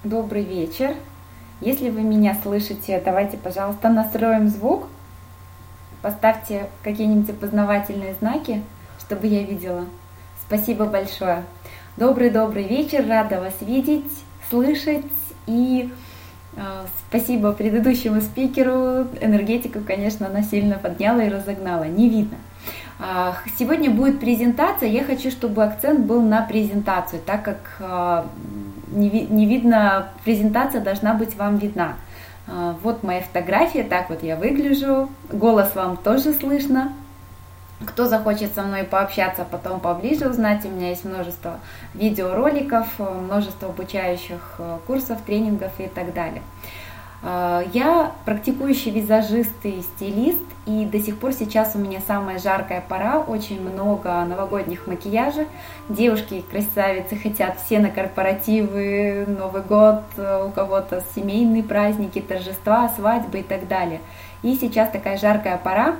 Добрый вечер. Если вы меня слышите, давайте, пожалуйста, настроим звук. Поставьте какие-нибудь опознавательные знаки, чтобы я видела. Спасибо большое. Добрый вечер. Рада вас видеть, слышать. И спасибо предыдущему спикеру. Энергетику, конечно, она сильно подняла и разогнала. Не видно. Сегодня будет презентация. Я хочу, чтобы акцент был на презентацию, так как не видно, презентация должна быть вам видна. Вот моя фотография, так вот я выгляжу. Голос вам тоже слышно. Кто захочет со мной пообщаться, потом поближе узнать, у меня есть множество видеороликов, множество обучающих курсов, тренингов и так далее. Я практикующий визажист и стилист, и до сих пор сейчас у меня самая жаркая пора, очень много новогодних макияжей. Девушки, красавицы хотят все на корпоративы, Новый год, у кого-то семейные праздники, торжества, свадьбы и так далее. И сейчас такая жаркая пора.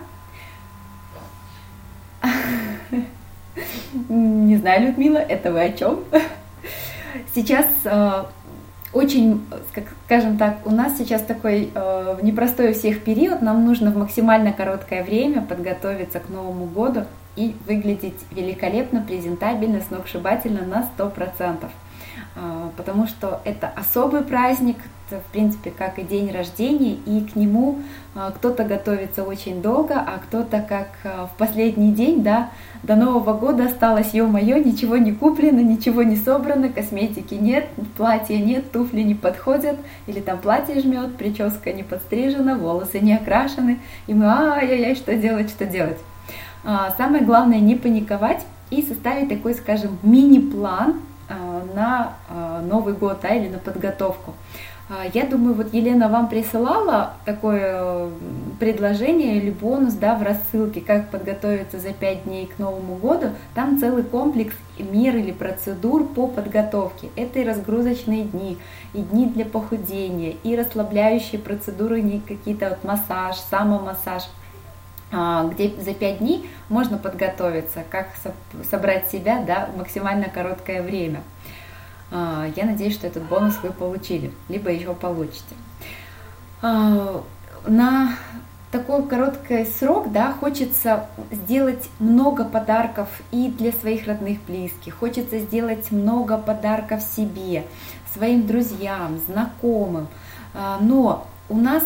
Не знаю, Людмила, это вы о чем? Сейчас очень, скажем так, у нас сейчас такой непростой у всех период, нам нужно в максимально короткое время подготовиться к Новому году и выглядеть великолепно, презентабельно, сногсшибательно на 100%. Потому что это особый праздник, в принципе, как и день рождения, и к нему кто-то готовится очень долго, а кто-то как в последний день, да, до Нового года осталось, ё-моё, ничего не куплено, ничего не собрано, косметики нет, платья нет, туфли не подходят, или там платье жмет, прическа не подстрижена, волосы не окрашены, и мы, ай-яй-яй, что делать, что делать. Самое главное не паниковать и составить такой, скажем, мини-план на Новый год, да, или на подготовку. Я думаю, вот Елена вам присылала такое предложение или бонус, да, в рассылке, как подготовиться за 5 дней к Новому году. Там целый комплекс мер или процедур по подготовке. Это и разгрузочные дни, и дни для похудения, и расслабляющие процедуры, какие-то вот массаж, самомассаж, где за 5 дней можно подготовиться, как собрать себя, да, в максимально короткое время. Я надеюсь, что этот бонус вы получили, либо еще получите. На такой короткий срок, да, хочется сделать много подарков и для своих родных, близких. Хочется сделать много подарков себе, своим друзьям, знакомым. Но у нас,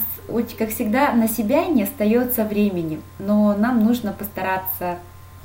как всегда, на себя не остается времени. Но нам нужно постараться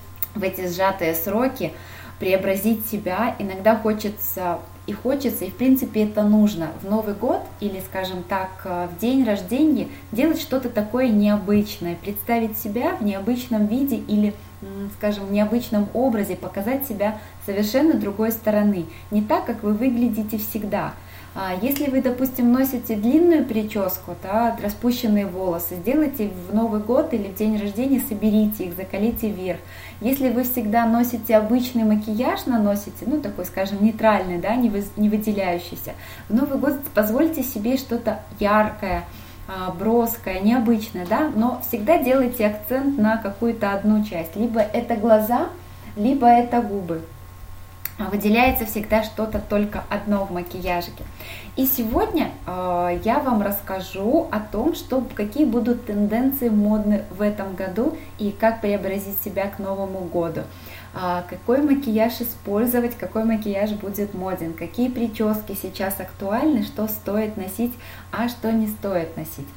в эти сжатые сроки преобразить себя. Иногда хочется, и в принципе это нужно в Новый год или, скажем так, в день рождения делать что-то такое необычное, представить себя в необычном виде или, скажем, в необычном образе, показать себя совершенно другой стороны, не так, как вы выглядите всегда. Если вы, допустим, носите длинную прическу, да, распущенные волосы, сделайте в Новый год или в день рождения, соберите их, закалите вверх. Если вы всегда носите обычный макияж, наносите, ну такой, скажем, нейтральный, да, не выделяющийся, в Новый год позвольте себе что-то яркое, броское, необычное, да, но всегда делайте акцент на какую-то одну часть. Либо это глаза, либо это губы. Выделяется всегда что-то только одно в макияжике. И сегодня я вам расскажу о том, какие будут тенденции модны в этом году и как преобразить себя к Новому году. Какой макияж использовать, какой макияж будет моден, какие прически сейчас актуальны, что стоит носить, а что не стоит носить.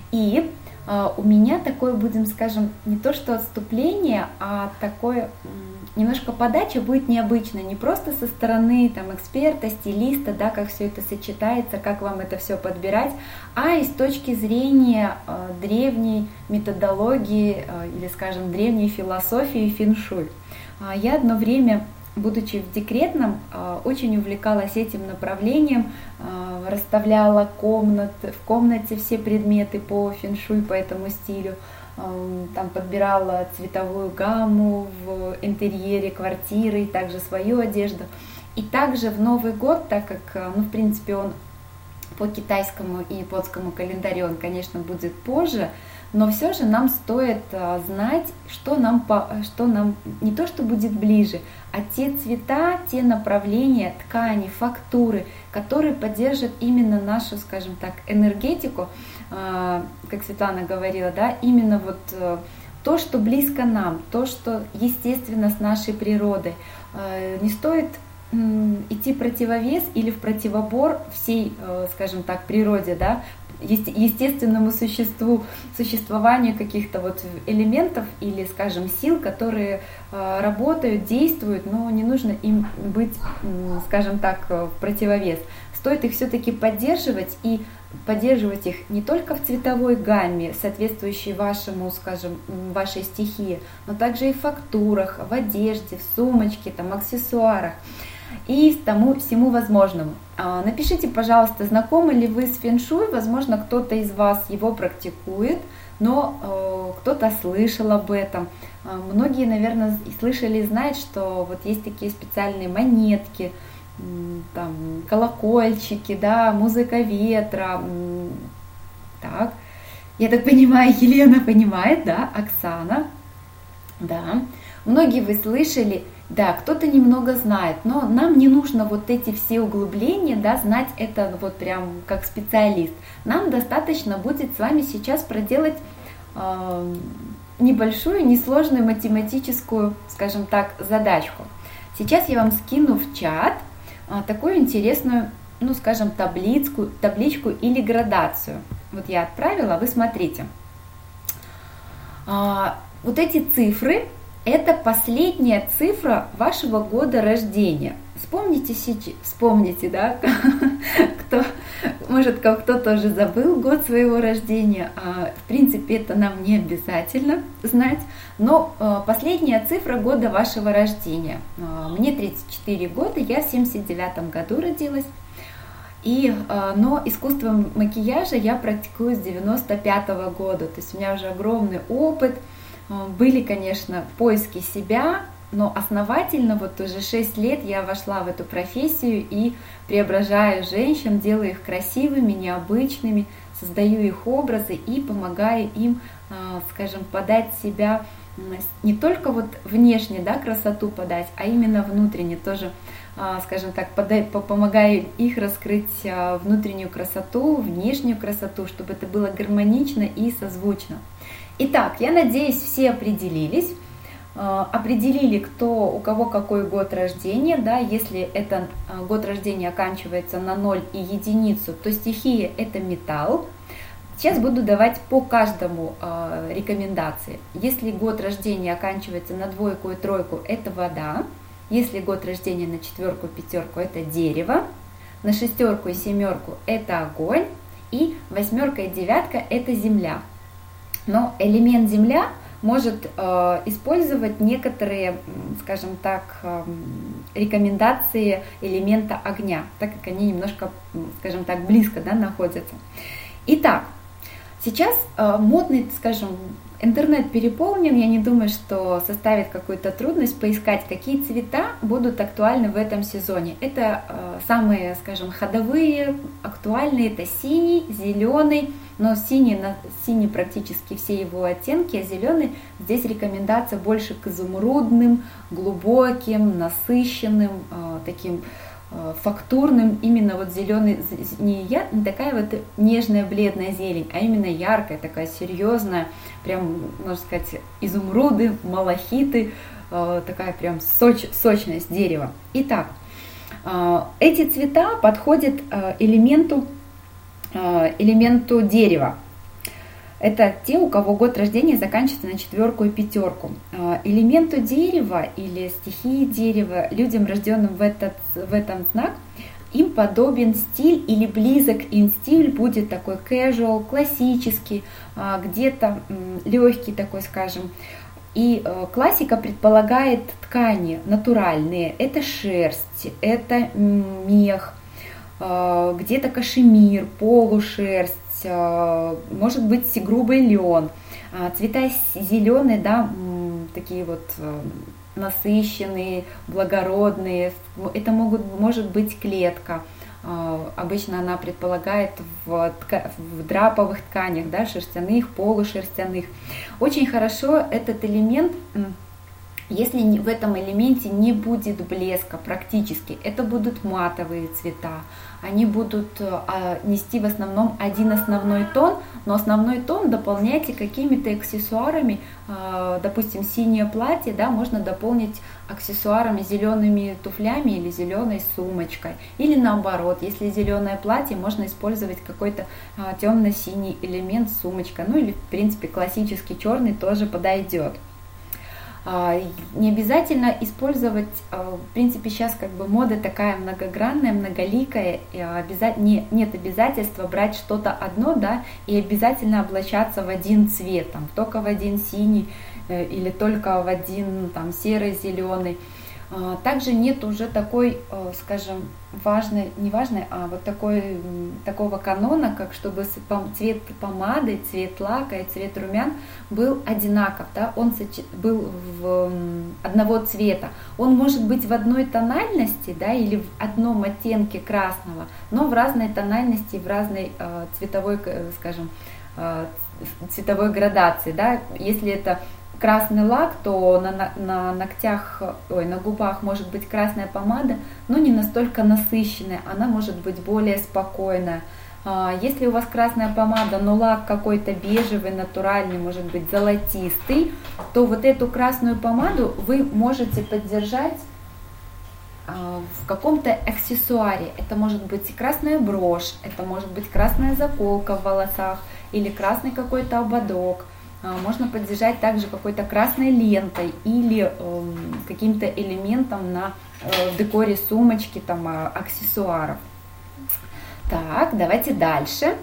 И у меня такое, будем, скажем, не то что отступление, а такое немножко подача будет необычная, не просто со стороны там эксперта, стилиста, да, как все это сочетается, как вам это все подбирать, а и с точки зрения древней методологии или, скажем, древней философии фэн-шуй. Я одно время, будучи в декретном, очень увлекалась этим направлением, расставляла в комнате все предметы по фэн-шуй, по этому стилю, там подбирала цветовую гамму в интерьере квартиры и также свою одежду. И также в Новый год, так как, ну, в принципе, он по китайскому и японскому календарю, он, конечно, будет позже, но все же нам стоит знать, что нам не то, что будет ближе, а те цвета, те направления, ткани, фактуры, которые поддержат именно нашу, скажем так, энергетику, как Светлана говорила, да, именно вот то, что близко нам, то, что естественно с нашей природой. Не стоит идти противовес или в противобор всей, скажем так, природе, да, естественному существованию каких-то вот элементов или, скажем, сил, которые работают, действуют, но не нужно им быть, скажем так, в противовес. Стоит их все-таки поддерживать и поддерживать их не только в цветовой гамме, соответствующей вашему, скажем, вашей стихии, но также и в фактурах, в одежде, в сумочке, там, аксессуарах и тому всему возможному. Напишите, пожалуйста, знакомы ли вы с фэн-шуй, возможно, кто-то из вас его практикует, но кто-то слышал об этом. Многие, наверное, слышали и знают, что вот есть такие специальные монетки, там, колокольчики, да, музыка ветра. Так, я так понимаю, Елена понимает, да, Оксана, да. Многие вы слышали, да, кто-то немного знает, но нам не нужно вот эти все углубления, да, знать это вот прям как специалист. Нам достаточно будет с вами сейчас проделать небольшую, несложную математическую, скажем так, задачку. Сейчас я вам скину в чат такую интересную, ну, скажем, табличку или градацию. Вот я отправила, вы смотрите. Вот эти цифры – это последняя цифра вашего года рождения. Вспомните, да, может, кто-то уже забыл год своего рождения, в принципе, это нам не обязательно знать, но последняя цифра года вашего рождения. Мне 34 года, я в 79 году родилась, но искусство макияжа я практикую с 95 года, то есть у меня уже огромный опыт. Были, конечно, поиски себя, но основательно вот уже 6 лет я вошла в эту профессию и преображаю женщин, делаю их красивыми, необычными, создаю их образы и помогаю им, скажем, подать себя, не только вот внешне, да, красоту подать, а именно внутренне тоже, скажем так, помогаю их раскрыть внутреннюю красоту, внешнюю красоту, чтобы это было гармонично и созвучно. Итак, я надеюсь, все определились, у кого какой год рождения, да, если это год рождения оканчивается на 0 и единицу, то стихия это металл. Сейчас буду давать по каждому рекомендации. Если год рождения оканчивается на 2 и 3, это вода. Если год рождения на 4, 5, это дерево. На 6 и 7 это огонь. И 8 и 9 это земля. Но элемент земля может использовать некоторые, скажем так, рекомендации элемента огня, так как они немножко, скажем так, близко, да, находятся. Итак, сейчас модный, скажем, интернет переполнен, я не думаю, что составит какую-то трудность поискать, какие цвета будут актуальны в этом сезоне. Это самые, скажем, ходовые, актуальные, это синий, зеленый, но синий практически все его оттенки, а зеленый здесь рекомендация больше к изумрудным, глубоким, насыщенным, таким фактурным, именно вот зеленый, не такая вот нежная бледная зелень, а именно яркая, такая серьезная, прям, можно сказать, изумруды, малахиты, такая прям сочность дерева. Итак, эти цвета подходят элементу дерева. Это те, у кого год рождения заканчивается на 4 и 5. Элементу дерева или стихии дерева, людям, рожденным в этом знак, им подобен стиль или близок им стиль, будет такой casual, классический, где-то легкий такой, скажем. И классика предполагает ткани натуральные, это шерсть, это мех, где-то кашемир, полушерсть, может быть грубый лен, цвета зеленые, да, такие вот насыщенные, благородные, это может быть клетка, Обычно она предполагает в драповых тканях, да, шерстяных, полушерстяных. Очень хорошо этот элемент, если в этом элементе не будет блеска практически. Это будут матовые цвета. Они будут нести в основном один основной тон, но основной тон дополняйте какими-то аксессуарами. Допустим, синее платье, да, можно дополнить аксессуарами, зелеными туфлями или зеленой сумочкой. Или наоборот, если зеленое платье, можно использовать какой-то темно-синий элемент сумочка. Ну или в принципе классический черный тоже подойдет. Не обязательно использовать, в принципе, сейчас как бы мода такая многогранная, многоликая, нет обязательства брать что-то одно, да, и обязательно облачаться в один цвет, там, только в один синий или только в один там серый, зеленый. Также нет уже такой, скажем, не важной, а вот такого канона, как чтобы цвет помады, цвет лака и цвет румян был одинаков, да, он был одного цвета. Он может быть в одной тональности, да, или в одном оттенке красного, но в разной тональности, в разной цветовой, скажем, цветовой градации, да. Если это красный лак, то на ногтях, на губах может быть красная помада, но не настолько насыщенная, она может быть более спокойная. Если у вас красная помада, но лак какой-то бежевый, натуральный, может быть золотистый, то вот эту красную помаду вы можете поддержать в каком-то аксессуаре. Это может быть красная брошь, это может быть красная заколка в волосах или красный какой-то ободок. Можно поддержать также какой-то красной лентой или каким-то элементом в декоре сумочки, там, аксессуаров. Так, давайте дальше.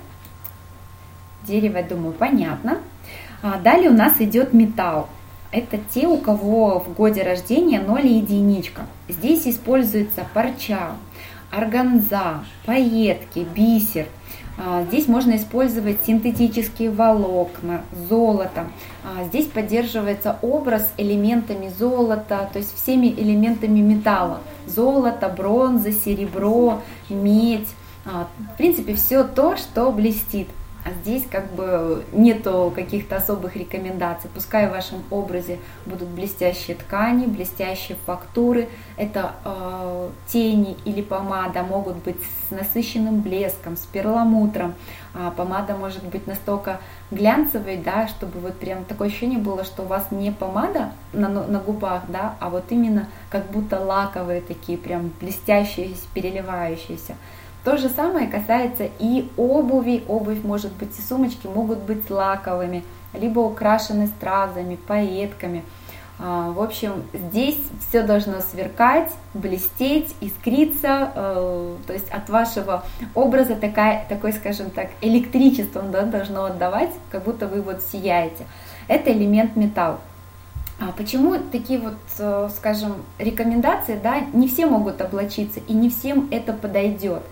Дерево, думаю, понятно. Далее у нас идет металл. Это те, у кого в годе рождения 0 и единичка. Здесь используется парча, органза, пайетки, бисер. Здесь можно использовать синтетические волокна, золото. Здесь поддерживается образ элементами золота, то есть всеми элементами металла. Золото, бронза, серебро, медь. В принципе, все то, что блестит. А здесь как бы нету каких-то особых рекомендаций. Пускай в вашем образе будут блестящие ткани, блестящие фактуры. Это тени или помада могут быть с насыщенным блеском, с перламутром. Помада может быть настолько глянцевой, да, чтобы вот прям такое ощущение было, что у вас не помада на губах, да, а вот именно как будто лаковые такие, прям блестящие, переливающиеся. То же самое касается и обуви. Обувь может быть, и сумочки могут быть лаковыми, либо украшены стразами, пайетками. В общем, здесь все должно сверкать, блестеть, искриться. То есть от вашего образа такой, скажем так, электричеством, да, должно отдавать, как будто вы вот сияете. Это элемент металл. Почему такие вот, скажем, рекомендации, да, не все могут облачиться и не всем это подойдет.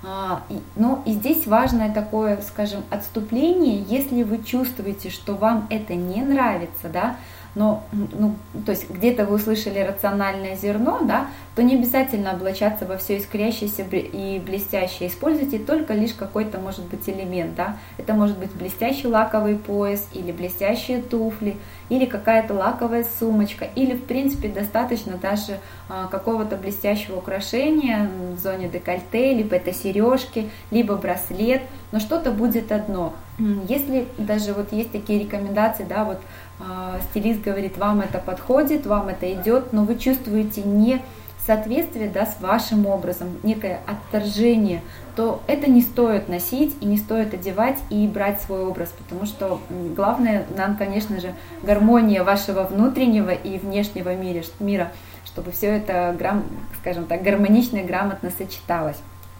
Но и здесь важное такое, скажем, отступление, если вы чувствуете, что вам это не нравится, да, но, то есть где-то вы услышали рациональное зерно, да, то не обязательно облачаться во все искрящееся и блестящее. Используйте только лишь какой-то, может быть, элемент, да. Это может быть блестящий лаковый пояс, или блестящие туфли, или какая-то лаковая сумочка, или, в принципе, достаточно даже какого-то блестящего украшения в зоне декольте, либо это сережки, либо браслет, но что-то будет одно. Если даже вот есть такие рекомендации, да, вот стилист говорит, вам это подходит, вам это идет, но вы чувствуете не соответствие, да, с вашим образом, некое отторжение, то это не стоит носить и не стоит одевать и брать свой образ, потому что главное нам, конечно же, гармония вашего внутреннего и внешнего мира, чтобы все это, скажем так, гармонично и грамотно сочеталось.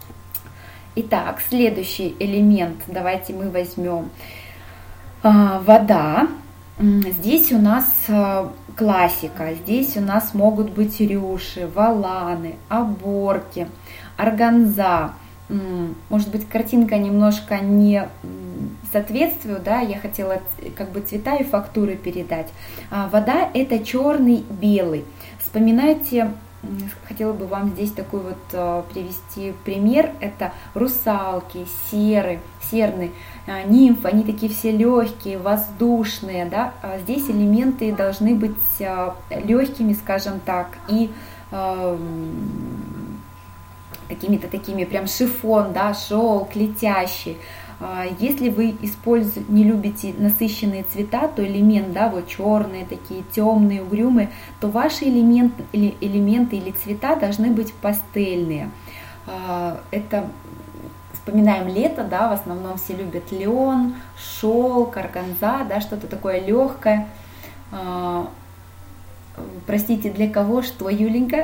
Итак, следующий элемент, давайте мы возьмем вода. Здесь у нас классика, здесь у нас могут быть рюши, воланы, оборки, органза. Может быть, картинка немножко не соответствует, да, я хотела как бы цвета и фактуры передать. Вода – это черный, белый. Вспоминайте хотела бы вам здесь такой вот привести пример. Это русалки, серны, нимфы, они такие все легкие, воздушные, да. Здесь элементы должны быть легкими, скажем так, и какими-то такими прям шифон, да, шелк, летящий. Если вы не любите насыщенные цвета, то элемент, да, вот черные такие, темные, угрюмые, то ваши элементы или цвета должны быть пастельные. Это вспоминаем лето, да, в основном все любят лен, шелк, органза, да, что-то такое легкое. Простите, для кого что, Юленька?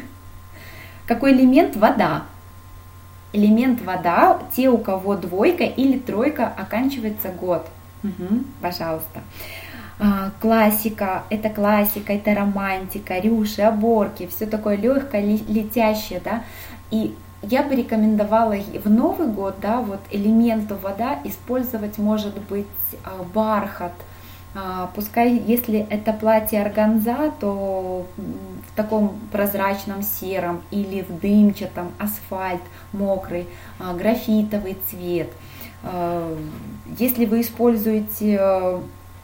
Какой элемент? Вода. Элемент вода, те, у кого двойка или тройка, оканчивается год. Пожалуйста. Классика, это романтика, рюши, оборки, все такое легкое, летящее, да. И я бы рекомендовала в Новый год, да, вот элементу вода использовать, может быть, бархат. Пускай, если это платье органза, то в таком прозрачном сером или в дымчатом, асфальт мокрый, графитовый цвет. Если вы используете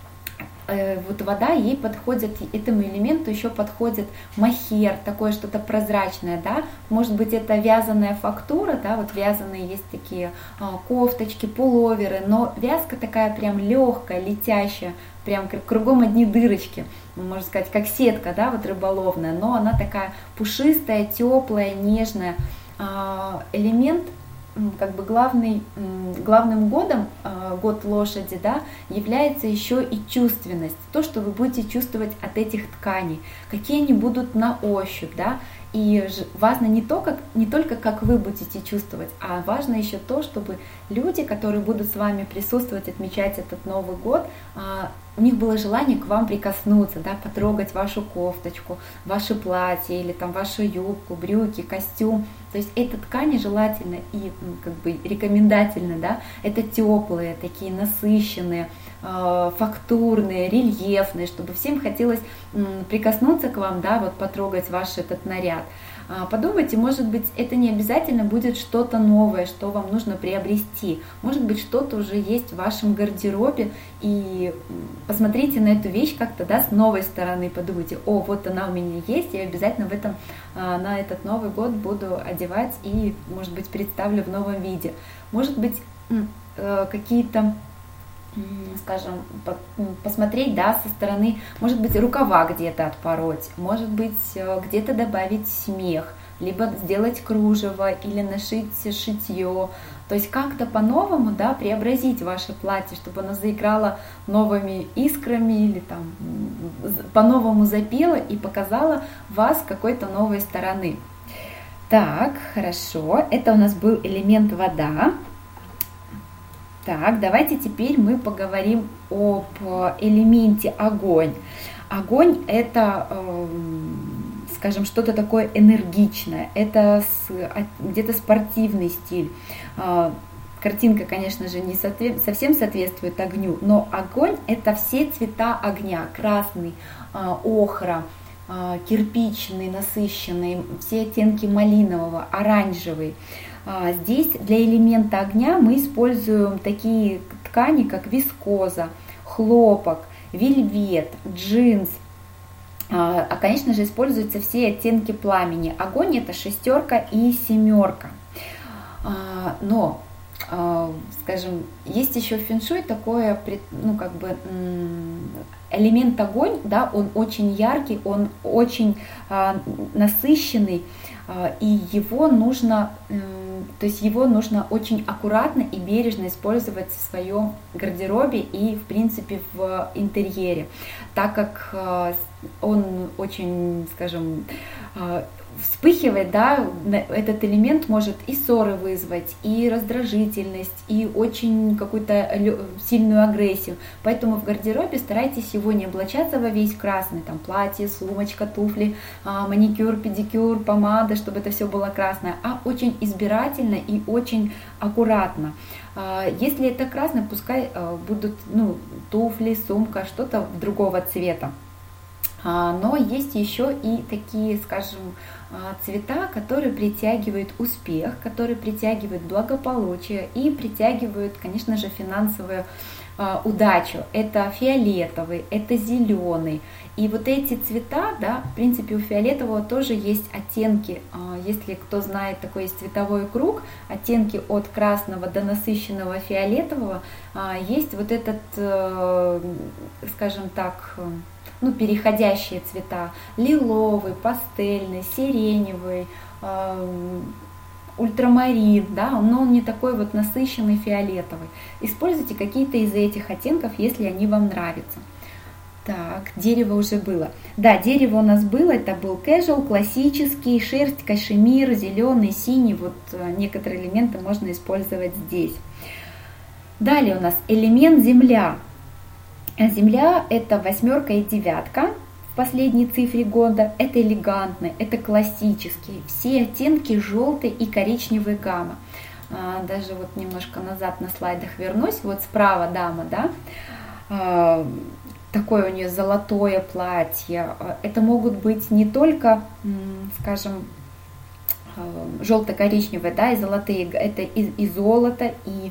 вот вода, ей подходит, этому элементу еще подходит мохер, такое что-то прозрачное, да, может быть это вязаная фактура, да, вот вязаные есть такие кофточки, пуловеры, но вязка такая прям легкая, летящая, прям кругом одни дырочки, можно сказать, как сетка, да, вот рыболовная, но она такая пушистая, теплая, нежная. Элемент, как бы главным годом, год лошади, да, является еще и чувственность, то, что вы будете чувствовать от этих тканей, какие они будут на ощупь, да, и важно не только как вы будете чувствовать, а важно еще то, чтобы люди, которые будут с вами присутствовать, отмечать этот Новый год, у них было желание к вам прикоснуться, да, потрогать вашу кофточку, ваше платье или там вашу юбку, брюки, костюм. То есть эти ткани желательно и как бы рекомендательно, да, это теплые, такие насыщенные, фактурные, рельефные, чтобы всем хотелось прикоснуться к вам, да, вот потрогать ваш этот наряд. Подумайте, может быть, это не обязательно будет что-то новое, что вам нужно приобрести. Может быть, что-то уже есть в вашем гардеробе, и посмотрите на эту вещь как-то, да, с новой стороны, подумайте, о, вот она у меня есть, я обязательно на этот Новый год буду одевать и, может быть, представлю в новом виде. Может быть, какие-то, скажем, посмотреть, да, со стороны, может быть, рукава где-то отпороть, может быть, где-то добавить смех, либо сделать кружево или нашить шитье, то есть как-то по-новому, да, преобразить ваше платье, чтобы оно заиграло новыми искрами или там по-новому запело и показало вас с какой-то новой стороны. Так, хорошо, это у нас был элемент вода. Так, давайте теперь мы поговорим об элементе огонь. Огонь – это, скажем, что-то такое энергичное, это где-то спортивный стиль. Картинка, конечно же, не совсем соответствует огню, но огонь – это все цвета огня: красный, охра, кирпичный, насыщенный, все оттенки малинового, оранжевый. Здесь для элемента огня мы используем такие ткани, как вискоза, хлопок, вельвет, джинс. Конечно же, используются все оттенки пламени. Огонь – это 6 и 7. Но, скажем, есть еще в фэн-шуй такое, ну, как бы, элемент огонь, да, он очень яркий, он очень насыщенный, и его нужно очень аккуратно и бережно использовать в своем гардеробе и, в принципе, в интерьере, так как он очень, скажем, вспыхивает, да, этот элемент может и ссоры вызвать, и раздражительность, и очень какую-то сильную агрессию. Поэтому в гардеробе старайтесь его не облачаться во весь красный, там платье, сумочка, туфли, маникюр, педикюр, помада, чтобы это все было красное, а очень избирательно и очень аккуратно. Если это красное, пускай будут, ну, туфли, сумка, что-то другого цвета. Но есть еще и такие, скажем, цвета, которые притягивают успех, которые притягивают благополучие и притягивают, конечно же, финансовую удачу. Это фиолетовый, это зеленый. И вот эти цвета, да, в принципе, у фиолетового тоже есть оттенки. Если кто знает, такой есть цветовой круг, оттенки от красного до насыщенного фиолетового, есть вот этот, скажем так, переходящие цвета: лиловый, пастельный, сиреневый, ультрамарин, да, но он не такой вот насыщенный фиолетовый. Используйте какие-то из этих оттенков, если они вам нравятся. Так, дерево уже было. Да, дерево у нас было, это был casual, классический, шерсть, кашемир, зеленый, синий, вот некоторые элементы можно использовать здесь. Далее у нас элемент земля. Земля — это 8 и 9 в последней цифре года, это элегантный, это классический, все оттенки желтой и коричневой гаммы. Даже вот немножко назад на слайдах вернусь, вот справа дама, да, такое у нее золотое платье. Это могут быть не только, скажем, желто-коричневые, да, и золотые, это и золото, и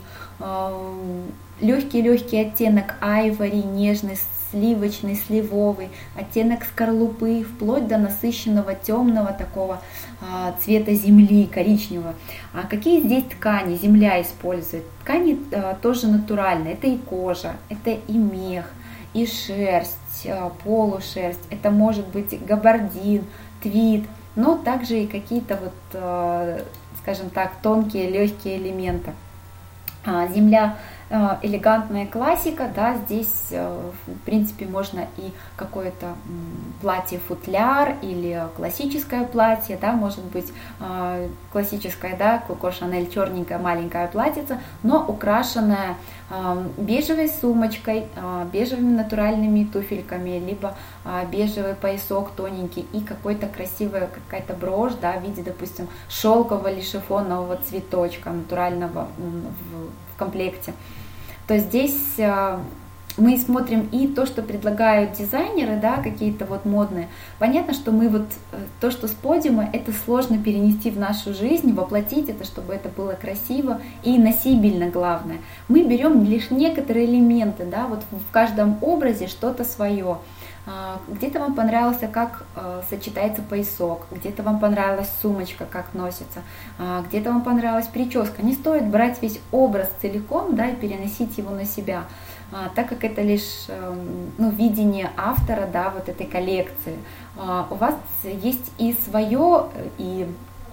легкий оттенок айвори, нежный, сливочный, сливовый, оттенок скорлупы, вплоть до насыщенного темного такого цвета земли, коричневого. А какие здесь ткани земля использует? Ткани тоже натуральные, это и кожа, это и мех, и шерсть, полушерсть, это может быть габардин, твид, но также и какие-то вот, скажем так, тонкие, легкие элементы. Земля элегантная классика, да, здесь, в принципе, можно и какое-то платье-футляр или классическое платье, да, может быть, классическое, да, Коко Шанель, черненькая маленькая платьице, но украшенная бежевой сумочкой, бежевыми натуральными туфельками, либо бежевый поясок тоненький и какой-то красивая какая-то брошь, да, в виде, допустим, шелкового или шифонового цветочка натурального в комплекте. То здесь мы смотрим и то, что предлагают дизайнеры, да, какие-то вот модные. Понятно, что мы вот то, что с подиума, это сложно перенести в нашу жизнь, воплотить это, чтобы это было красиво и носибельно, главное. Мы берем лишь некоторые элементы, да, вот в каждом образе что-то свое. Где-то вам понравился, как сочетается поясок, где-то вам понравилась сумочка, как носится, где-то вам понравилась прическа. Не стоит брать весь образ целиком, да, и переносить его на себя, так как это лишь видение автора, да, вот этой коллекции. У вас есть и свое, и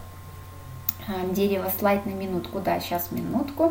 дерево, слайд на минутку, да, сейчас минутку,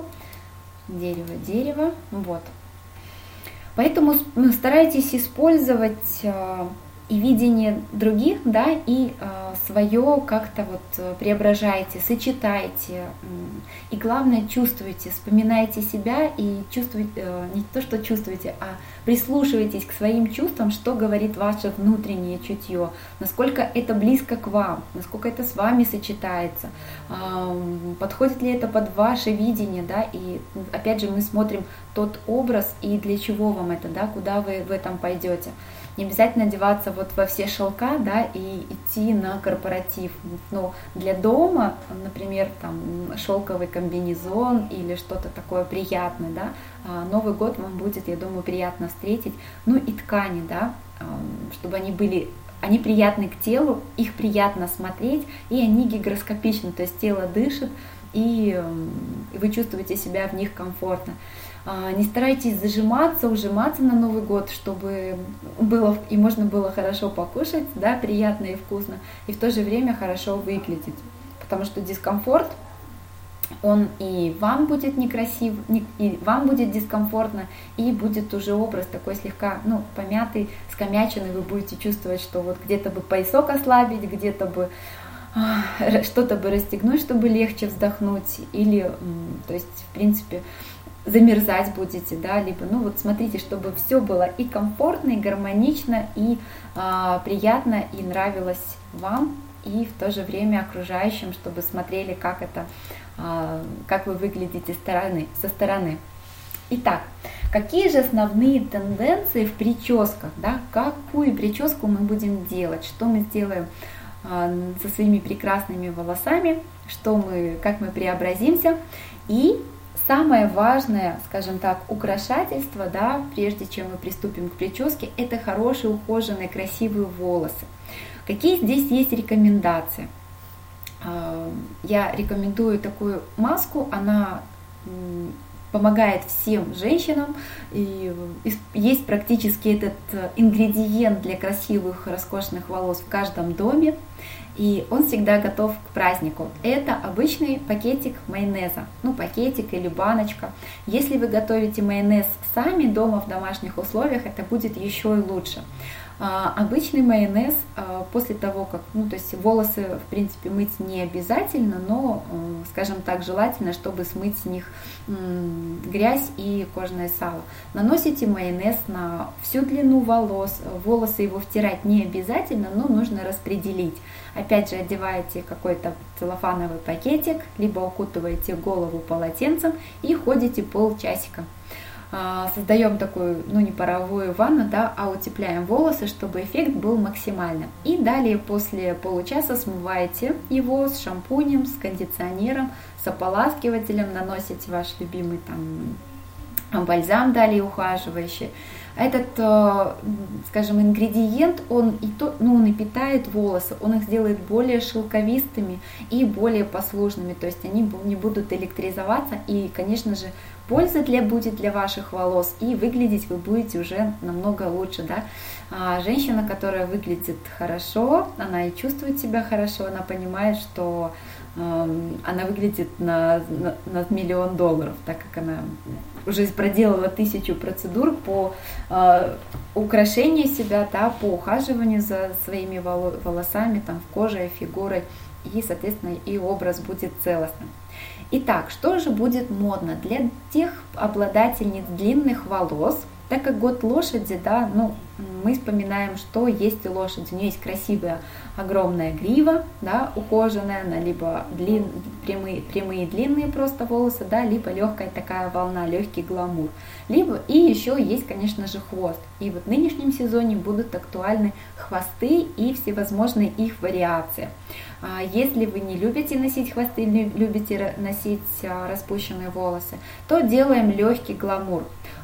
дерево, вот. Поэтому старайтесь использовать и видение других, да, и свое как-то вот преображайте, сочетайте. И главное, чувствуйте, вспоминайте себя и чувствуйте, не то, что чувствуете, а прислушивайтесь к своим чувствам, что говорит ваше внутреннее чутье, насколько это близко к вам, насколько это с вами сочетается, подходит ли это под ваше видение, да, и опять же мы смотрим тот образ и для чего вам это, да, куда вы в этом пойдете. Не обязательно одеваться вот во все шелка, да, и идти на корпоратив. Но для дома, например, там шелковый комбинезон или что-то такое приятное, да, Новый год вам будет, я думаю, приятно встретить. Ну и ткани, да, чтобы они приятны к телу, их приятно смотреть, и они гигроскопичны, то есть тело дышит, и вы чувствуете себя в них комфортно. Не старайтесь зажиматься, ужиматься на Новый год, чтобы было и можно было хорошо покушать, да, приятно и вкусно, и в то же время хорошо выглядеть. Потому что дискомфорт, он и вам будет некрасив, и вам будет дискомфортно, и будет уже образ такой слегка, помятый, скомяченный, вы будете чувствовать, что вот где-то бы поясок ослабить, где-то бы что-то бы расстегнуть, чтобы легче вздохнуть, или, то есть, в принципе, замерзать будете, да, либо, смотрите, чтобы все было и комфортно, и гармонично, и приятно, и нравилось вам, и в то же время окружающим, чтобы смотрели, как вы выглядите со стороны. Итак, Какие же основные тенденции в прическах, да? Какую прическу мы будем делать, что мы сделаем со своими прекрасными волосами, как мы преобразимся. И самое важное, скажем так, украшательство, да, прежде чем мы приступим к прическе, это хорошие, ухоженные, красивые волосы. Какие здесь есть рекомендации? Я рекомендую такую маску, она помогает всем женщинам, и есть практически этот ингредиент для красивых, роскошных волос в каждом доме, и он всегда готов к празднику. Это обычный пакетик майонеза, пакетик или баночка. Если вы готовите майонез сами дома в домашних условиях, это будет еще и лучше. Обычный майонез после того, как, то есть волосы, в принципе, мыть не обязательно, но, скажем так, желательно, чтобы смыть с них грязь и кожное сало. Наносите майонез на всю длину волос, волосы его втирать не обязательно, но нужно распределить. Опять же, одеваете какой-то целлофановый пакетик, либо укутываете голову полотенцем и ходите полчасика. Создаем такую, не паровую ванну, да, а утепляем волосы, чтобы эффект был максимальным. И далее после получаса смываете его с шампунем, с кондиционером, с ополаскивателем, наносите ваш любимый бальзам далее ухаживающий. Этот, скажем, ингредиент, он и питает волосы, он их сделает более шелковистыми и более послушными, то есть они не будут электризоваться, и, конечно же, польза будет для ваших волос, и выглядеть вы будете уже намного лучше, да. Женщина, которая выглядит хорошо, она и чувствует себя хорошо, она понимает, что она выглядит на $1 миллион, так как она уже проделала 1000 процедур по украшению себя, да, по ухаживанию за своими волосами, кожей, фигурой, и, соответственно, и образ будет целостным. Итак, что же будет модно для тех обладательниц длинных волос? Так как год лошади, да, мы вспоминаем, что есть у лошади. У нее есть красивая огромная грива, да, ухоженная, она либо прямые длинные просто волосы, да, либо легкая такая волна, легкий гламур. Либо и еще есть, конечно же, хвост. И вот в нынешнем сезоне будут актуальны хвосты и всевозможные их вариации. Если вы не любите носить хвосты, не любите носить распущенные волосы, то делаем легкий гламур.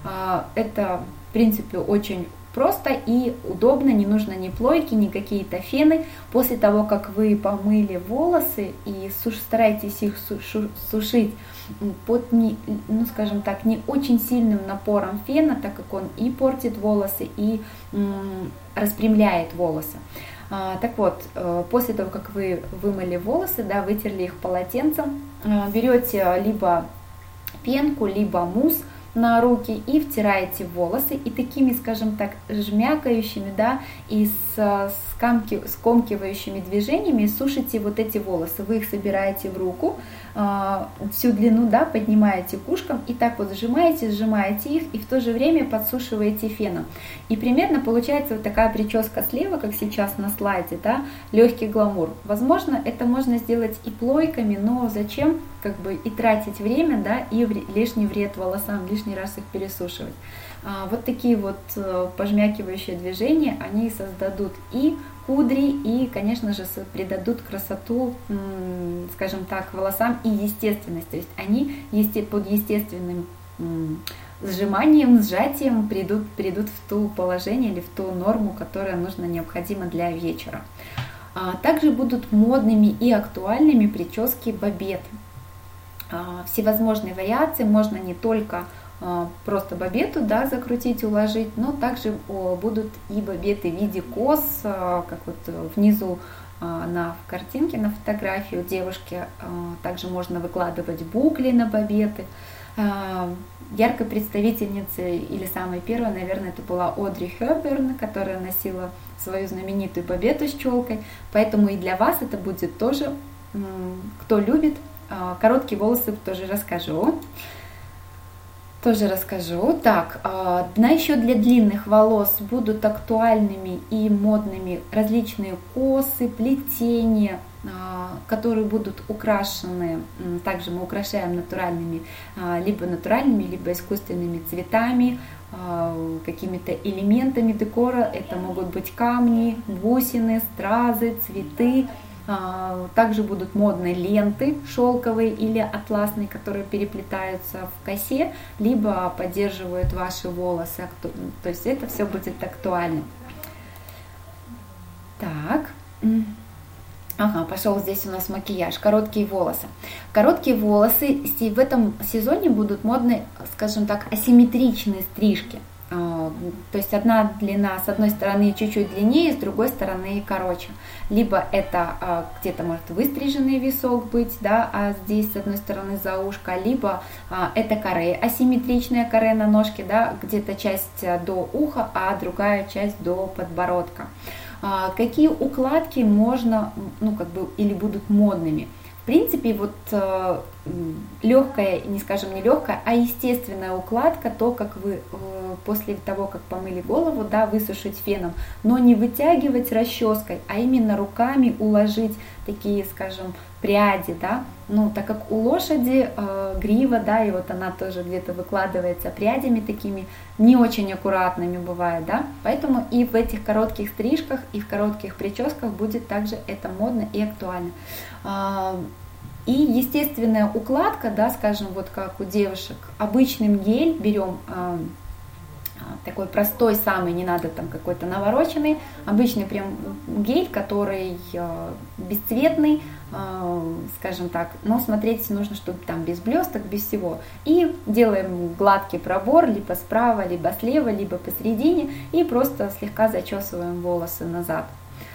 Это, в принципе, очень просто и удобно, не нужно ни плойки, ни какие-то фены. После того, как вы помыли волосы и старайтесь их сушить под, скажем так, не очень сильным напором фена, так как он и портит волосы, и распрямляет волосы. Так вот, после того, как вы вымыли волосы, да, вытерли их полотенцем, берете либо пенку, либо мусс на руки и втираете в волосы, и такими, скажем так, жмякающими, да, и скомкивающими движениями сушите вот эти волосы. Вы их собираете в руку, всю длину, да, поднимаете к ушкам и так вот сжимаете их, и в то же время подсушиваете феном. И примерно получается вот такая прическа слева, как сейчас на слайде, да, легкий гламур. Возможно, это можно сделать и плойками, но зачем и тратить время, да, и лишний вред волосам, лишний раз их пересушивать. Вот такие вот пожмякивающие движения, они создадут и кудри, и, конечно же, придадут красоту, скажем так, волосам и естественность. То есть они под естественным сжатием придут в то положение или в ту норму, которая необходима для вечера. Также будут модными и актуальными прически бобет. Всевозможные вариации, можно не только просто бобету, да, закрутить, уложить, но также будут и бобеты в виде кос, как вот внизу на картинке, на фотографии у девушки. Также можно выкладывать букли на бобеты. Яркой представительницей или самой первой, наверное, это была Одри Хепберн, которая носила свою знаменитую бобету с челкой. Поэтому и для вас это будет тоже, кто любит. Короткие волосы тоже расскажу. Так, еще для длинных волос будут актуальными и модными различные косы, плетения, которые будут украшены, также мы украшаем натуральными, либо искусственными цветами, какими-то элементами декора. Это могут быть камни, бусины, стразы, цветы. Также будут модные ленты шелковые или атласные, которые переплетаются в косе, либо поддерживают ваши волосы. То есть это все будет актуально. Так. Ага, пошел здесь у нас макияж, короткие волосы. Короткие волосы в этом сезоне будут модны, скажем так, асимметричные стрижки. То есть одна длина с одной стороны чуть-чуть длиннее, с другой стороны короче. Либо это где-то может выстриженный висок быть, да, а здесь с одной стороны за ушко, либо это каре, асимметричная каре на ножке, да, где-то часть до уха, а другая часть до подбородка. Какие укладки можно, или будут модными? В принципе, вот легкая, не скажем не легкая, а естественная укладка, то, как вы после того, как помыли голову, да, высушить феном, но не вытягивать расческой, а именно руками уложить такие, скажем, пряди, да, так как у лошади грива, да, и вот она тоже где-то выкладывается прядями такими, не очень аккуратными бывает, да, поэтому и в этих коротких стрижках, и в коротких прическах будет также это модно и актуально. И естественная укладка, да, скажем, вот как у девушек, обычным гель берем, такой простой самый, не надо там какой-то навороченный, обычный прям гель, который бесцветный, скажем так, но смотреть нужно, чтобы там без блесток, без всего. И делаем гладкий пробор, либо справа, либо слева, либо посередине, и просто слегка зачесываем волосы назад.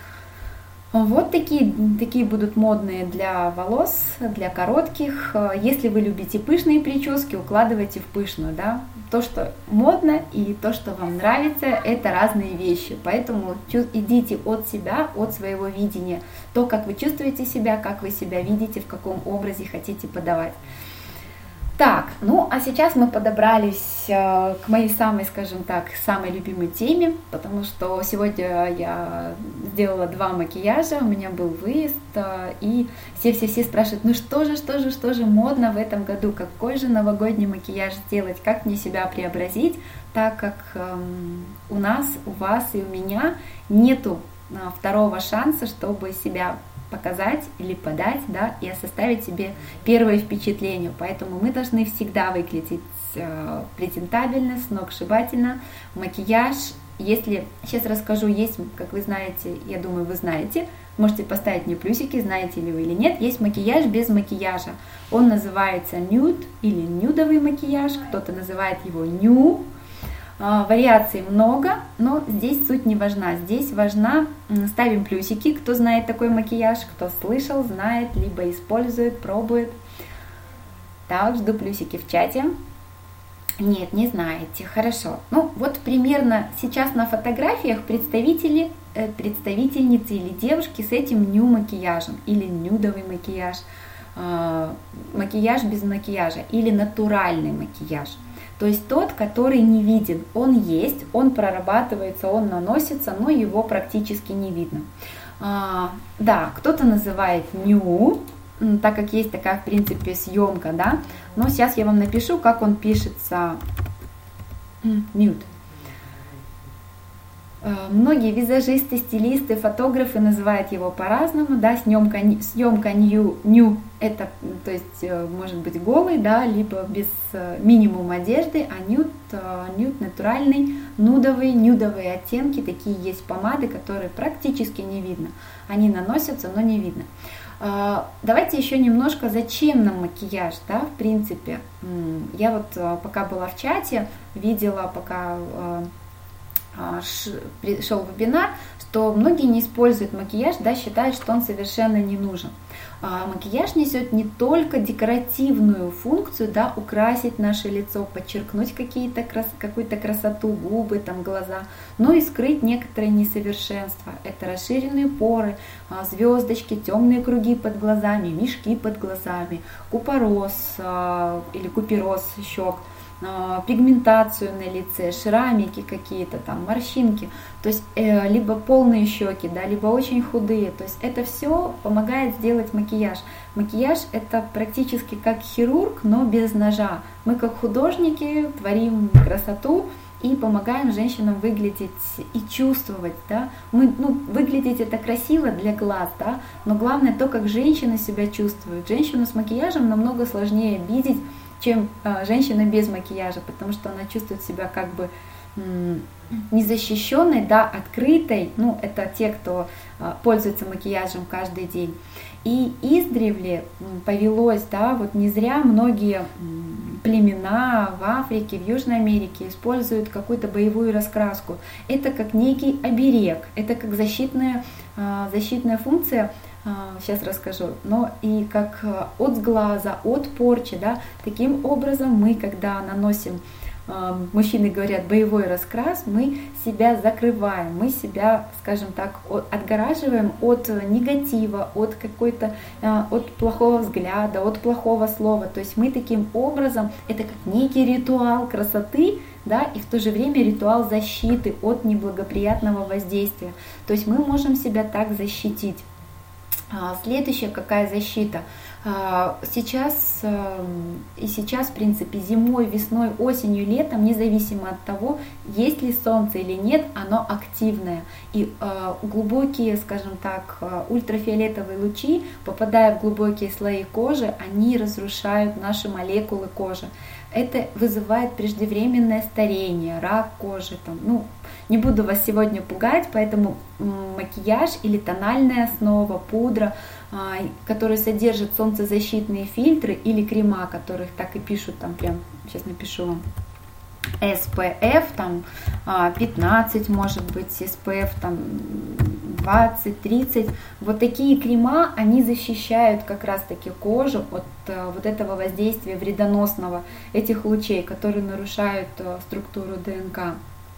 Вот такие будут модные для волос, для коротких. Если вы любите пышные прически, укладывайте в пышную, да. То, что модно и то, что вам нравится, это разные вещи. Поэтому идите от себя, от своего видения. То, как вы чувствуете себя, как вы себя видите, в каком образе хотите подавать. Так, а сейчас мы подобрались к моей самой, скажем так, самой любимой теме, потому что сегодня я сделала 2 макияжа, у меня был выезд, и все спрашивают, что же модно в этом году, какой же новогодний макияж сделать, как мне себя преобразить, так как у нас, у вас и у меня нету второго шанса, чтобы себя показать или подать, да, и составить себе первое впечатление. Поэтому мы должны всегда выглядеть презентабельно, сногсшибательно. Макияж, если, сейчас расскажу, есть, как вы знаете, я думаю, вы знаете, можете поставить мне плюсики, знаете ли вы или нет, есть макияж без макияжа. Он называется nude или нюдовый макияж, кто-то называет его ню. Вариаций много, но здесь суть не важна. Здесь важна, ставим плюсики, кто знает такой макияж, кто слышал, знает, либо использует, пробует. Так, жду плюсики в чате. Нет, не знаете, хорошо. Вот примерно сейчас на фотографиях представительницы или девушки с этим ню-макияжем, или нюдовый макияж, макияж без макияжа, или натуральный макияж. То есть тот, который не виден, он есть, он прорабатывается, он наносится, но его практически не видно. Да, кто-то называет ню, так как есть такая, в принципе, съемка, да, но сейчас я вам напишу, как он пишется, nude. Многие визажисты, стилисты, фотографы называют его по-разному, да, съемка ню, это, то есть, может быть голый, да, либо без минимум одежды, а нюд натуральный, нюдовые оттенки, такие есть помады, которые практически не видно, они наносятся, но не видно. Давайте еще немножко, зачем нам макияж, да, в принципе, я вот пока была в чате, видела, пока шел вебинар, что многие не используют макияж, да, считают, что он совершенно не нужен. Макияж несет не только декоративную функцию, да, украсить наше лицо, подчеркнуть какую-то красоту, губы, там, глаза, но и скрыть некоторые несовершенства. Это расширенные поры, звездочки, темные круги под глазами, мешки под глазами, купороз или купероз щек. пигментацию на лице, шрамики какие-то, там, морщинки, то есть либо полные щеки, да, либо очень худые, то есть это все помогает сделать макияж. Макияж это практически как хирург, но без ножа. Мы как художники творим красоту и помогаем женщинам выглядеть и чувствовать, да. Выглядеть это красиво для глаз, да, но главное то, как женщина себя чувствует. Женщину с макияжем намного сложнее обидеть, чем женщина без макияжа, потому что она чувствует себя как бы незащищенной, да, открытой. Это те, кто пользуется макияжем каждый день. И издревле повелось, да, вот не зря многие племена в Африке, в Южной Америке используют какую-то боевую раскраску. Это как некий оберег, это как защитная функция, сейчас расскажу, но и как от сглаза, от порчи, да, таким образом мы, когда наносим, мужчины говорят, боевой раскрас, мы себя закрываем, мы себя, скажем так, отгораживаем от негатива, от от плохого взгляда, от плохого слова. То есть мы таким образом, это как некий ритуал красоты, да, и в то же время ритуал защиты от неблагоприятного воздействия. То есть мы можем себя так защитить. Следующая какая защита? Сейчас, в принципе, зимой, весной, осенью, летом, независимо от того, есть ли солнце или нет, оно активное. И глубокие, скажем так, ультрафиолетовые лучи, попадая в глубокие слои кожи, они разрушают наши молекулы кожи. Это вызывает преждевременное старение, рак кожи. Не буду вас сегодня пугать, поэтому макияж или тональная основа, пудра, которые содержат солнцезащитные фильтры или крема, которых так и пишут, там прям, сейчас напишу вам, SPF, там 15, может быть, SPF, там 20, 30. Вот такие крема, они защищают как раз-таки кожу от вот этого воздействия вредоносного, этих лучей, которые нарушают структуру ДНК.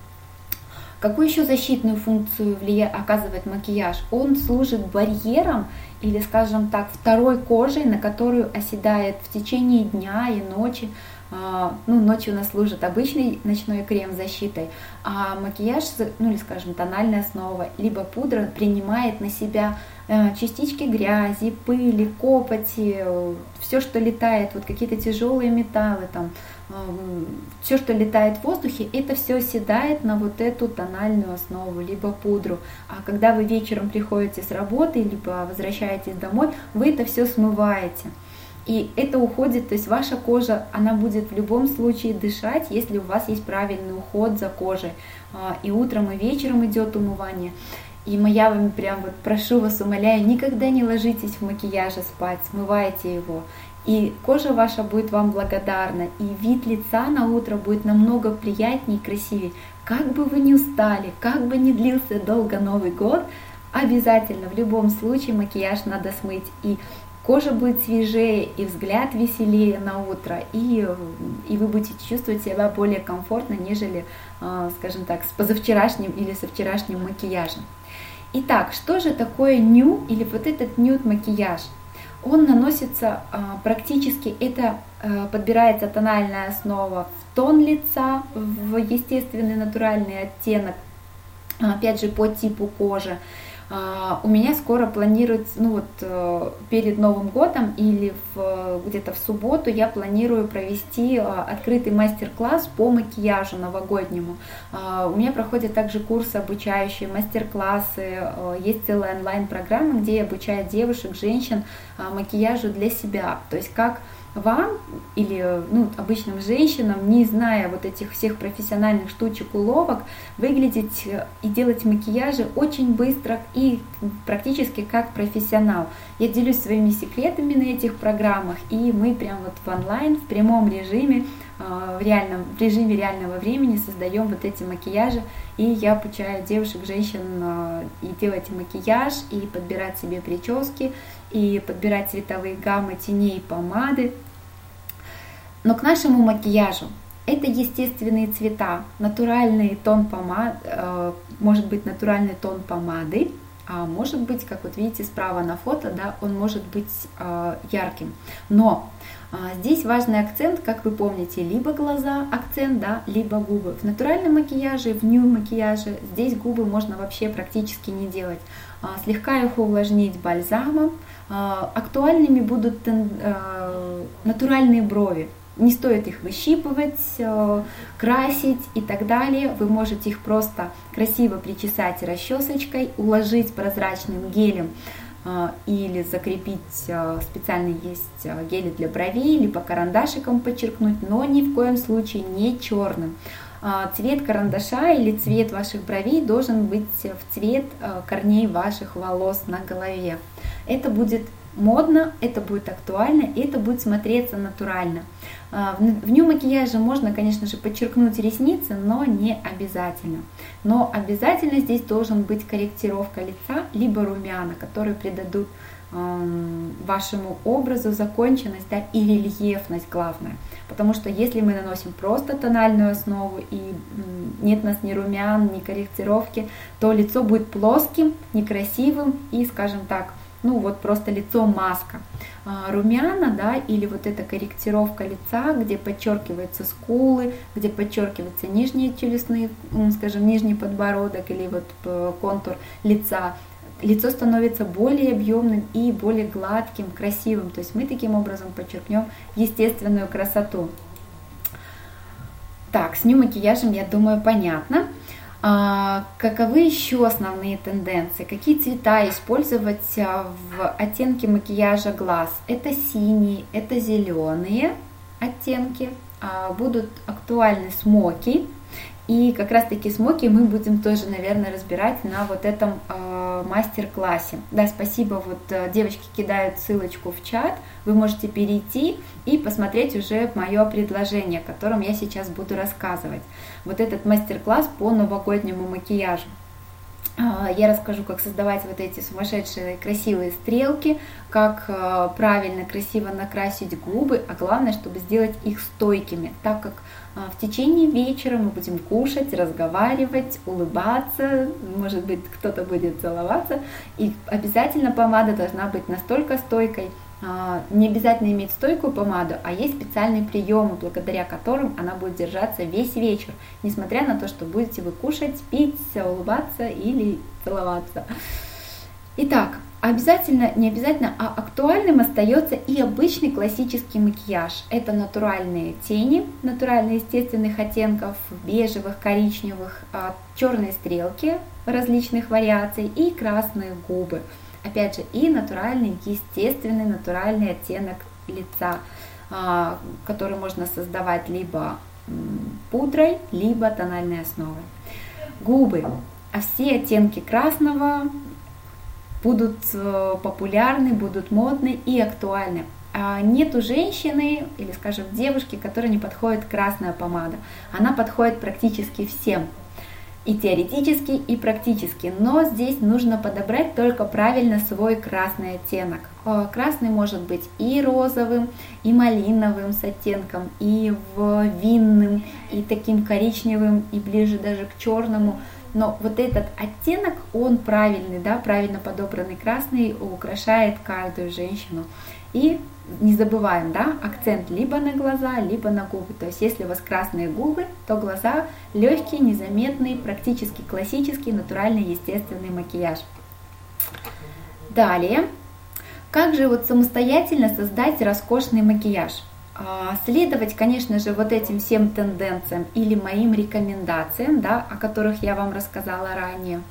Какую еще защитную функцию оказывает макияж? Он служит барьером или, скажем так, второй кожей, на которую оседает в течение дня и ночи. Ночью у нас служит обычный ночной крем с защитой, а макияж, или, скажем, тональная основа, либо пудра принимает на себя частички грязи, пыли, копоти, все, что летает, вот какие-то тяжелые металлы, там, все, что летает в воздухе, это все оседает на вот эту тональную основу, либо пудру. А когда вы вечером приходите с работы, либо возвращаетесь домой, вы это все смываете. И это уходит, то есть ваша кожа, она будет в любом случае дышать, если у вас есть правильный уход за кожей. И утром, и вечером идет умывание. И я вам прям вот прошу вас, умоляю, никогда не ложитесь в макияже спать, смывайте его. И кожа ваша будет вам благодарна, и вид лица на утро будет намного приятнее и красивее. Как бы вы ни устали, как бы ни длился долго Новый год, обязательно в любом случае макияж надо смыть. И кожа будет свежее, и взгляд веселее на утро, и вы будете чувствовать себя более комфортно, нежели, скажем так, с позавчерашним или со вчерашним макияжем. Итак, что же такое нюд или вот этот нюд макияж? Он наносится практически, это подбирается тональная основа в тон лица, в естественный натуральный оттенок, опять же по типу кожи. У меня скоро планируется, перед Новым годом или где-то в субботу я планирую провести открытый мастер-класс по макияжу новогоднему. У меня проходят также курсы обучающие, мастер-классы, есть целая онлайн-программа, где я обучаю девушек, женщин макияжу для себя. То есть как вам или обычным женщинам, не зная вот этих всех профессиональных штучек, уловок, выглядеть и делать макияжи очень быстро и практически как профессионал. Я делюсь своими секретами на этих программах, и мы прям вот в онлайн, в прямом режиме, в режиме реального времени создаем вот эти макияжи, и я обучаю девушек, женщин и делать макияж, и подбирать себе прически, и подбирать цветовые гаммы теней и помады. Но к нашему макияжу это естественные цвета, натуральный тон помады, может быть натуральный тон помады, а может быть, как вот видите справа на фото, да, он может быть ярким. Но здесь важный акцент, как вы помните, либо глаза акцент, да, либо губы. В натуральном макияже, в нюд-макияже здесь губы можно вообще практически не делать. Слегка их увлажнить бальзамом. Актуальными будут натуральные брови. Не стоит их выщипывать, красить и так далее. Вы можете их просто красиво причесать расчесочкой, уложить прозрачным гелем или закрепить, специально есть гели для бровей, либо карандашиком подчеркнуть, но ни в коем случае не черным. Цвет карандаша или цвет ваших бровей должен быть в цвет корней ваших волос на голове. Это будет модно, это будет актуально, и это будет смотреться натурально. В нью-макияже можно, конечно же, подчеркнуть ресницы, но не обязательно. Но обязательно здесь должен быть корректировка лица, либо румяна, которые придадут вашему образу законченность, да, и рельефность главное. Потому что если мы наносим просто тональную основу и нет у нас ни румян, ни корректировки, то лицо будет плоским, некрасивым и, скажем так, ну вот просто лицо маска. Румяна, да, или вот эта корректировка лица, где подчеркиваются скулы, где подчеркиваются нижние челюстные, скажем, нижний подбородок или вот контур лица, лицо становится более объемным и более гладким, красивым. То есть мы таким образом подчеркнем естественную красоту. Так, с нью-макияжем, я думаю, понятно. Каковы еще основные тенденции? Какие цвета использовать в оттенке макияжа глаз? Это синие, это зеленые оттенки. Будут актуальны смоки. И как раз таки смоки мы будем тоже, наверное, разбирать на вот этом мастер-классе. Да, спасибо, вот девочки кидают ссылочку в чат, вы можете перейти и посмотреть уже мое предложение, о котором я сейчас буду рассказывать. Вот этот мастер-класс по новогоднему макияжу. Я расскажу, как создавать вот эти сумасшедшие красивые стрелки, как правильно, красиво накрасить губы, а главное, чтобы сделать их стойкими, так как в течение вечера мы будем кушать, разговаривать, улыбаться, может быть, кто-то будет целоваться, и обязательно помада должна быть настолько стойкой. Не обязательно иметь стойкую помаду, а есть специальные приемы, благодаря которым она будет держаться весь вечер, несмотря на то, что будете вы кушать, пить, улыбаться или целоваться. Итак, обязательно, не обязательно, а актуальным остается и обычный классический макияж. Это натуральные тени, натуральные естественных оттенков, бежевых, коричневых, черные стрелки различных вариаций и красные губы. Опять же, и натуральный, естественный, натуральный оттенок лица, который можно создавать либо пудрой, либо тональной основой. Губы. А все оттенки красного будут популярны, будут модны и актуальны. Нету женщины или, скажем, девушки, которой не подходит красная помада. Она подходит практически всем. И теоретически, и практически, но здесь нужно подобрать только правильно свой красный оттенок. Красный может быть и розовым, и малиновым с оттенком, и винным, и таким коричневым, и ближе даже к черному. Но вот этот оттенок, он правильный, да, правильно подобранный красный украшает каждую женщину. И не забываем, да, акцент либо на глаза, либо на губы. То есть если у вас красные губы, то глаза легкий, незаметный, практически классический, натуральный, естественный макияж. Далее, как же вот самостоятельно создать роскошный макияж? Следовать, конечно же, вот этим всем тенденциям или моим рекомендациям, да, о которых я вам рассказала ранее.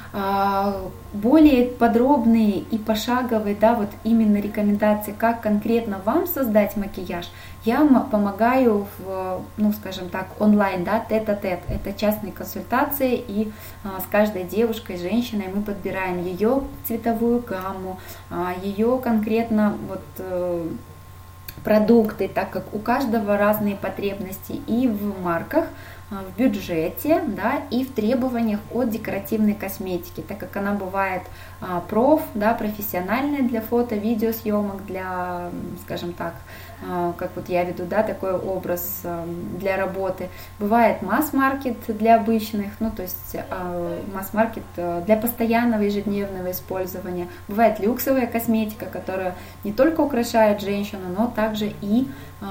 Более подробные и пошаговые, да, вот именно рекомендации, как конкретно вам создать макияж, я вам помогаю в, ну, скажем так, онлайн, да, тет-а-тет. Это частные консультации, и с каждой девушкой, женщиной мы подбираем ее цветовую гамму, ее конкретно вот продукты, так как у каждого разные потребности и в марках, в бюджете, да, и в требованиях от декоративной косметики, так как она бывает да, профессиональная для фото, видеосъемок, для, скажем так, как вот я веду, да, такой образ для работы. Бывает масс-маркет для обычных, ну, то есть масс-маркет для постоянного ежедневного использования. Бывает люксовая косметика, которая не только украшает женщину, но также и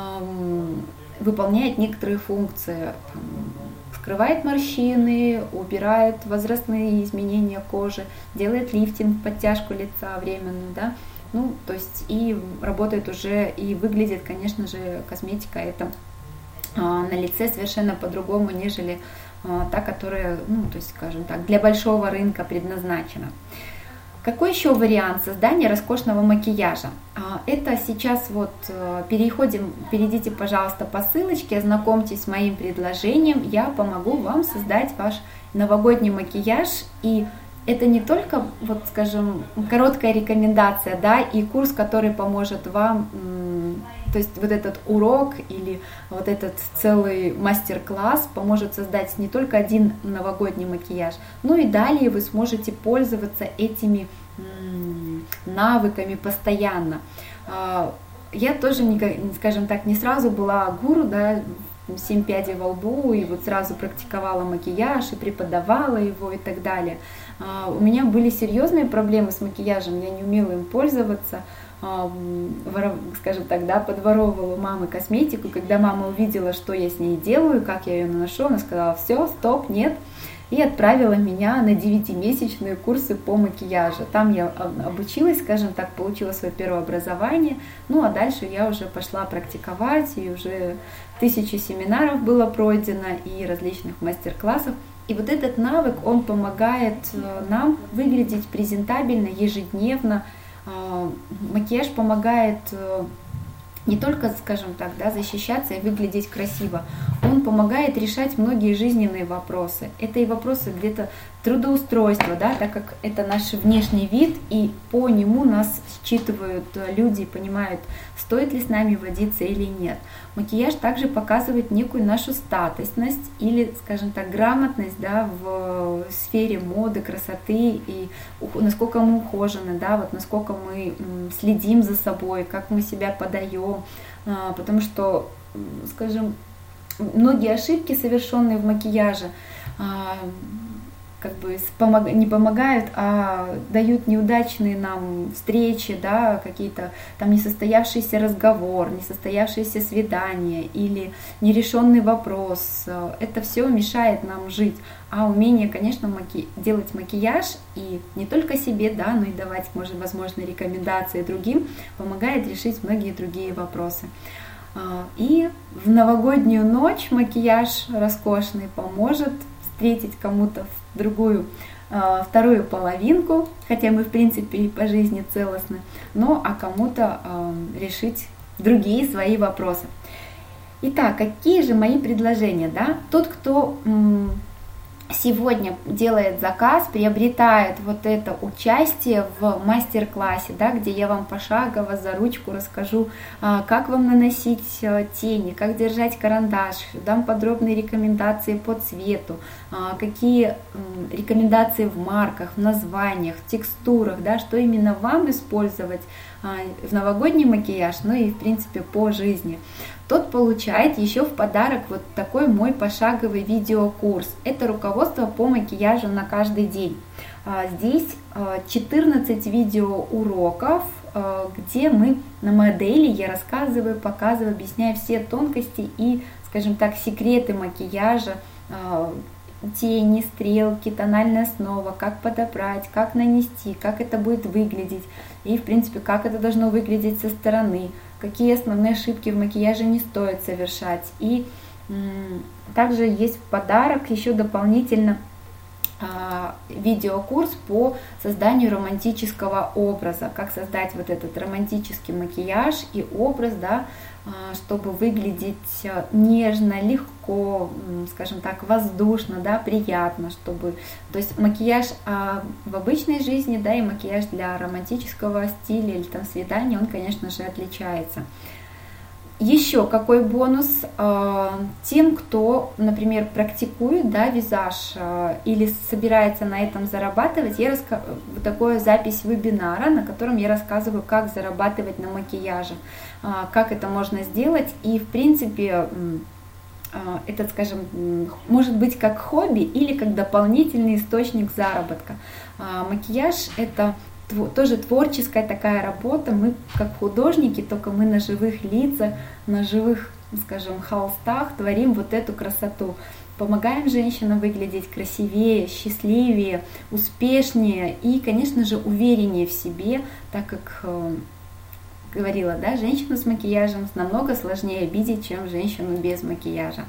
выполняет некоторые функции. Скрывает морщины, убирает возрастные изменения кожи, делает лифтинг, подтяжку лица временную, да. Ну, то есть и работает уже, и выглядит, конечно же, косметика это на лице совершенно по-другому, нежели та, которая, ну, то есть, скажем так, для большого рынка предназначена. Какой еще вариант создания роскошного макияжа? Это сейчас вот перейдите, пожалуйста, по ссылочке, ознакомьтесь с моим предложением, я помогу вам создать ваш новогодний макияж. И это не только, вот, скажем, короткая рекомендация, да, и курс, который поможет вам, то есть вот этот урок или вот этот целый мастер-класс поможет создать не только один новогодний макияж, но и далее вы сможете пользоваться этими навыками постоянно. Я тоже, скажем так, не сразу была гуру, да, 7 пядей во лбу, и вот сразу практиковала макияж и преподавала его и так далее. У меня были серьезные проблемы с макияжем, я не умела им пользоваться, скажем так, да, подворовывала у мамы косметику. Когда мама увидела, что я с ней делаю, как я ее наношу, она сказала: все, стоп, нет, и отправила меня на 9-месячные курсы по макияжу. Там я обучилась, скажем так, получила свое первое образование, ну а дальше я уже пошла практиковать, и уже 1000 семинаров было пройдено и различных мастер-классов. И вот этот навык, он помогает нам выглядеть презентабельно, ежедневно. Макияж помогает не только, скажем так, да, защищаться и выглядеть красиво, он помогает решать многие жизненные вопросы. Это и вопросы где-то трудоустройства, да, так как это наш внешний вид, и по нему нас считывают люди, понимают, стоит ли с нами водиться или нет. Макияж также показывает некую нашу статусность или, скажем так, грамотность, да, в сфере моды, красоты, и насколько мы ухожены, да, вот насколько мы следим за собой, как мы себя подаем, потому что, скажем, многие ошибки, совершенные в макияже, как бы не помогают, а дают неудачные нам встречи, да, какие-то там несостоявшийся разговор, несостоявшееся свидание или нерешенный вопрос. Это все мешает нам жить. А умение, конечно, делать макияж и не только себе, да, но и давать, возможно, рекомендации другим, помогает решить многие другие вопросы. И в новогоднюю ночь макияж роскошный поможет встретить кому-то вторую половинку, хотя мы, в принципе, и по жизни целостны, но а кому-то решить другие свои вопросы. Итак, какие же мои предложения, да? Тот, кто сегодня делает заказ, приобретает вот это участие в мастер-классе, да, где я вам пошагово за ручку расскажу, как вам наносить тени, как держать карандаш, дам подробные рекомендации по цвету, какие рекомендации в марках, в названиях, в текстурах, да, что именно вам использовать в новогодний макияж, ну и в принципе по жизни. Тот получает еще в подарок вот такой мой пошаговый видеокурс. Это руководство по макияжу на каждый день. Здесь 14 видеоуроков, где мы на модели, я рассказываю, показываю, объясняю все тонкости и, скажем так, секреты макияжа, тени, стрелки, тональная основа, как подобрать, как нанести, как это будет выглядеть и, в принципе, как это должно выглядеть со стороны, какие основные ошибки в макияже не стоит совершать. И также есть в подарок еще дополнительно видеокурс по созданию романтического образа, как создать вот этот романтический макияж и образ, да, чтобы выглядеть нежно, легко, скажем так, воздушно, да, приятно, чтобы, то есть макияж в обычной жизни, да, и макияж для романтического стиля или там свидания, он, конечно же, отличается. Еще какой бонус тем, кто, например, практикует, да, визаж или собирается на этом зарабатывать, я вот такую запись вебинара, на котором я рассказываю, как зарабатывать на макияже, как это можно сделать, и в принципе это, скажем, может быть как хобби или как дополнительный источник заработка. Макияж это тоже творческая такая работа, мы как художники, только мы на живых лицах, на живых, скажем, холстах творим вот эту красоту. Помогаем женщинам выглядеть красивее, счастливее, успешнее и, конечно же, увереннее в себе, так как говорила, да, женщину с макияжем намного сложнее обидеть, чем женщину без макияжа.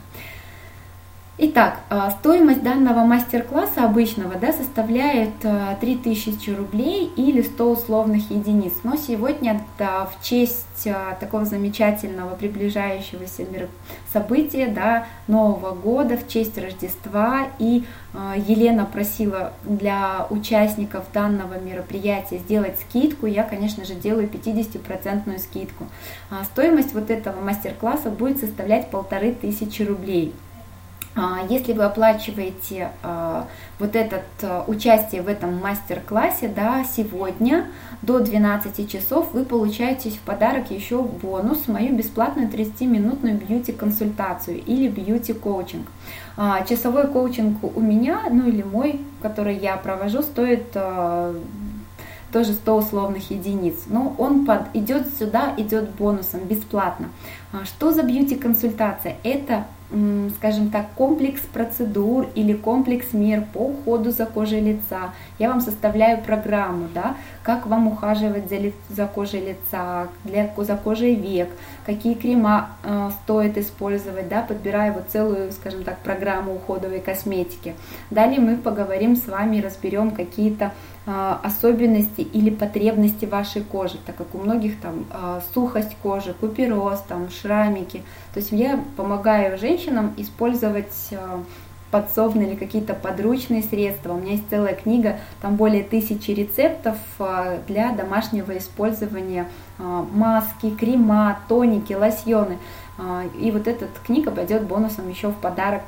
Итак, стоимость данного мастер-класса обычного, да, составляет 3000 рублей или 100 условных единиц. Но сегодня в честь такого замечательного приближающегося события, да, Нового года, в честь Рождества, и Елена просила для участников данного мероприятия сделать скидку, я, конечно же, делаю 50% скидку. Стоимость вот этого мастер-класса будет составлять 1500 рублей. Если вы оплачиваете вот это участие в этом мастер-классе, да, сегодня до 12 часов, вы получаете в подарок еще бонус, мою бесплатную 30-минутную бьюти-консультацию или бьюти-коучинг. Часовой коучинг у меня, ну или мой, который я провожу, стоит тоже 100 условных единиц, но он идет сюда, идет бонусом, бесплатно. Что за бьюти-консультация? Это, скажем так, комплекс процедур или комплекс мер по уходу за кожей лица. Я вам составляю программу, да, как вам ухаживать за кожей лица, за кожей век, какие крема стоит использовать, да, подбираю вот целую, скажем так, программу уходовой косметики. Далее мы поговорим с вами, разберем какие-то особенности или потребности вашей кожи, так как у многих там сухость кожи, купероз, там шрамики. То есть я помогаю женщинам использовать подсобные или какие-то подручные средства. У меня есть целая книга, там более 1000 рецептов для домашнего использования, маски, крема, тоники, лосьоны. И вот эта книга пойдет бонусом еще в подарок